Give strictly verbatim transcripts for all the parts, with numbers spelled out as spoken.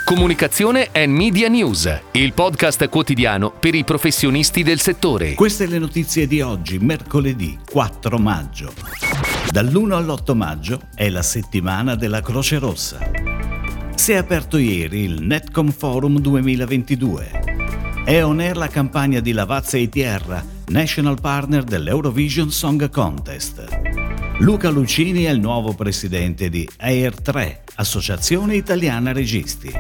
Comunicazione e Media News, il podcast quotidiano per i professionisti del settore. Queste le notizie di oggi, mercoledì quattro maggio. Dall'uno all'otto maggio è la settimana della Croce Rossa. Si è aperto ieri il Netcom Forum duemilaventidue. È on air la campagna di Lavazza e I T R, National Partner dell'Eurovision Song Contest. Luca Lucini è il nuovo presidente di A I R tre, Associazione Italiana Registi.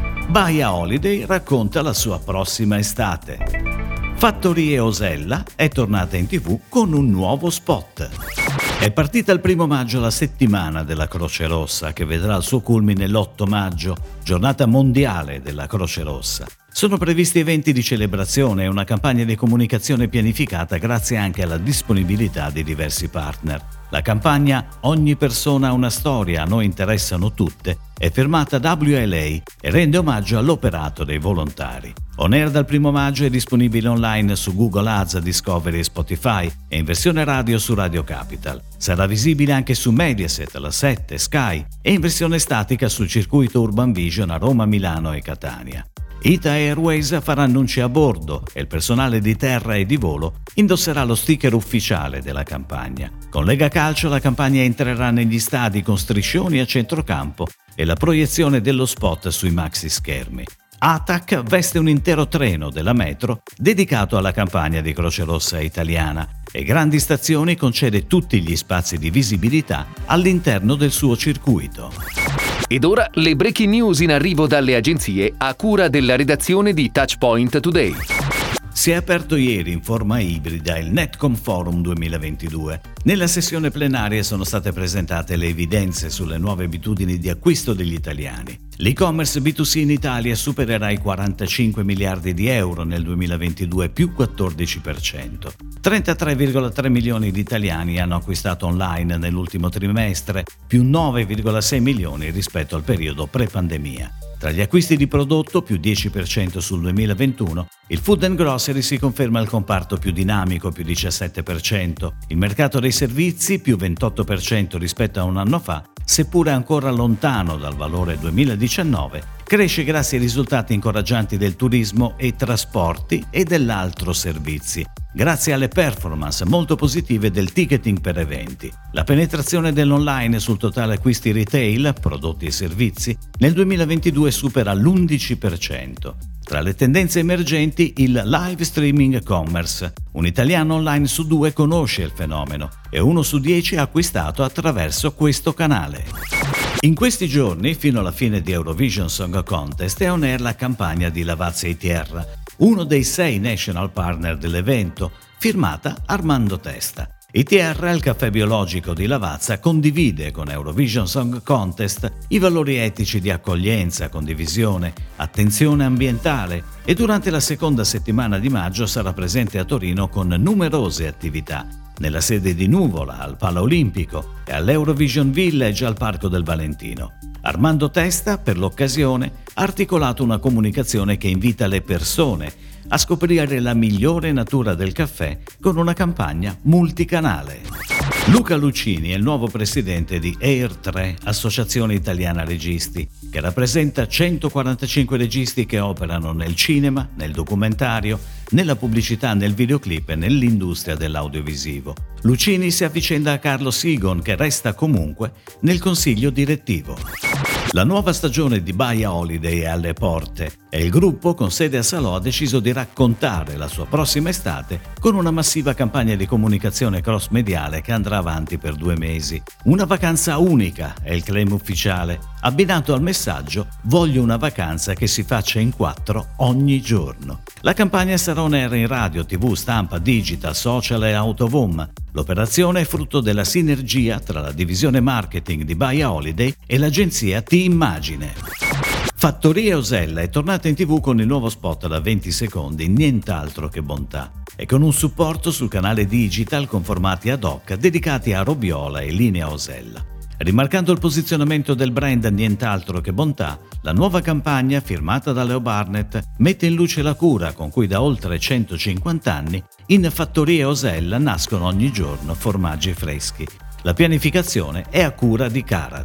Baia Holiday racconta la sua prossima estate. Fattorie Osella è tornata in tivù con un nuovo spot. È partita il primo maggio la settimana della Croce Rossa, che vedrà il suo culmine l'otto maggio, giornata mondiale della Croce Rossa. Sono previsti eventi di celebrazione e una campagna di comunicazione pianificata grazie anche alla disponibilità di diversi partner. La campagna Ogni persona ha una storia, a noi interessano tutte è firmata W L A e rende omaggio all'operato dei volontari. On air dal primo maggio è disponibile online su Google Ads, Discovery e Spotify e in versione radio su Radio Capital. Sarà visibile anche su Mediaset, La sette, Sky e in versione statica sul circuito Urban Vision a Roma, Milano e Catania. Ita Airways farà annunci a bordo e il personale di terra e di volo indosserà lo sticker ufficiale della campagna. Con Lega Calcio la campagna entrerà negli stadi con striscioni a centrocampo e la proiezione dello spot sui maxi schermi. A T A C veste un intero treno della metro dedicato alla campagna di Croce Rossa italiana e Grandi Stazioni concede tutti gli spazi di visibilità all'interno del suo circuito. Ed ora le breaking news in arrivo dalle agenzie a cura della redazione di Touchpoint Today. Si è aperto ieri in forma ibrida il Netcom Forum duemilaventidue. Nella sessione plenaria sono state presentate le evidenze sulle nuove abitudini di acquisto degli italiani. L'e-commerce B due C in Italia supererà i quarantacinque miliardi di euro nel duemilaventidue, più quattordici per cento. trentatré virgola tre milioni di italiani hanno acquistato online nell'ultimo trimestre, più nove virgola sei milioni rispetto al periodo pre-pandemia. Tra gli acquisti di prodotto, più dieci per cento sul duemilaventuno, il food and grocery si conferma il comparto più dinamico, più diciassette per cento, il mercato dei servizi, più ventotto per cento rispetto a un anno fa, seppure ancora lontano dal valore duemiladiciannove, cresce grazie ai risultati incoraggianti del turismo e trasporti e dell'altro servizi, grazie alle performance molto positive del ticketing per eventi. La penetrazione dell'online sul totale acquisti retail, prodotti e servizi, nel duemilaventidue supera l'undici per cento. Tra le tendenze emergenti il live streaming commerce. Un italiano online su due conosce il fenomeno e uno su dieci ha acquistato attraverso questo canale. In questi giorni, fino alla fine di Eurovision Song Contest, è on air la campagna di Lavazza e I T R, uno dei sei national partner dell'evento, firmata Armando Testa. I T R, il caffè biologico di Lavazza, condivide con Eurovision Song Contest i valori etici di accoglienza, condivisione, attenzione ambientale e durante la seconda settimana di maggio sarà presente a Torino con numerose attività, nella sede di Nuvola, al Pala Olimpico e all'Eurovision Village al Parco del Valentino. Armando Testa, per l'occasione, ha articolato una comunicazione che invita le persone a scoprire la migliore natura del caffè con una campagna multicanale. Luca Lucini è il nuovo presidente di A I R tre, Associazione Italiana Registi, che rappresenta centoquarantacinque registi che operano nel cinema, nel documentario, nella pubblicità, nel videoclip e nell'industria dell'audiovisivo. Lucini si avvicenda a Carlo Sigon, che resta comunque nel consiglio direttivo. La nuova stagione di Baia Holiday è alle porte e il gruppo, con sede a Salò, ha deciso di raccontare la sua prossima estate con una massiva campagna di comunicazione cross-mediale che andrà avanti per due mesi. Una vacanza unica è il claim ufficiale, abbinato al messaggio «Voglio una vacanza che si faccia in quattro ogni giorno». La campagna sarà on air in radio, tv, stampa, digital, social e out of home. L'operazione è frutto della sinergia tra la divisione marketing di Baia Holiday e l'agenzia T-Immagine. Fattorie Osella è tornata in tv con il nuovo spot da venti secondi, nient'altro che bontà, e con un supporto sul canale digital con formati ad hoc dedicati a Robiola e Linea Osella. Rimarcando il posizionamento del brand nient'altro che bontà, la nuova campagna, firmata da Leo Burnett, mette in luce la cura con cui da oltre centocinquanta anni in Fattorie Osella nascono ogni giorno formaggi freschi. La pianificazione è a cura di Carat.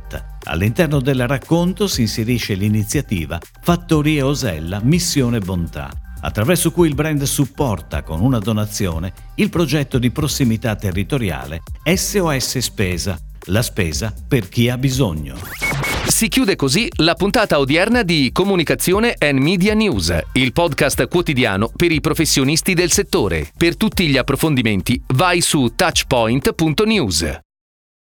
All'interno del racconto si inserisce l'iniziativa Fattoria Osella Missione Bontà, attraverso cui il brand supporta con una donazione il progetto di prossimità territoriale S O S Spesa, la spesa per chi ha bisogno. Si chiude così la puntata odierna di Comunicazione and Media News, il podcast quotidiano per i professionisti del settore. Per tutti gli approfondimenti vai su touchpoint punto news.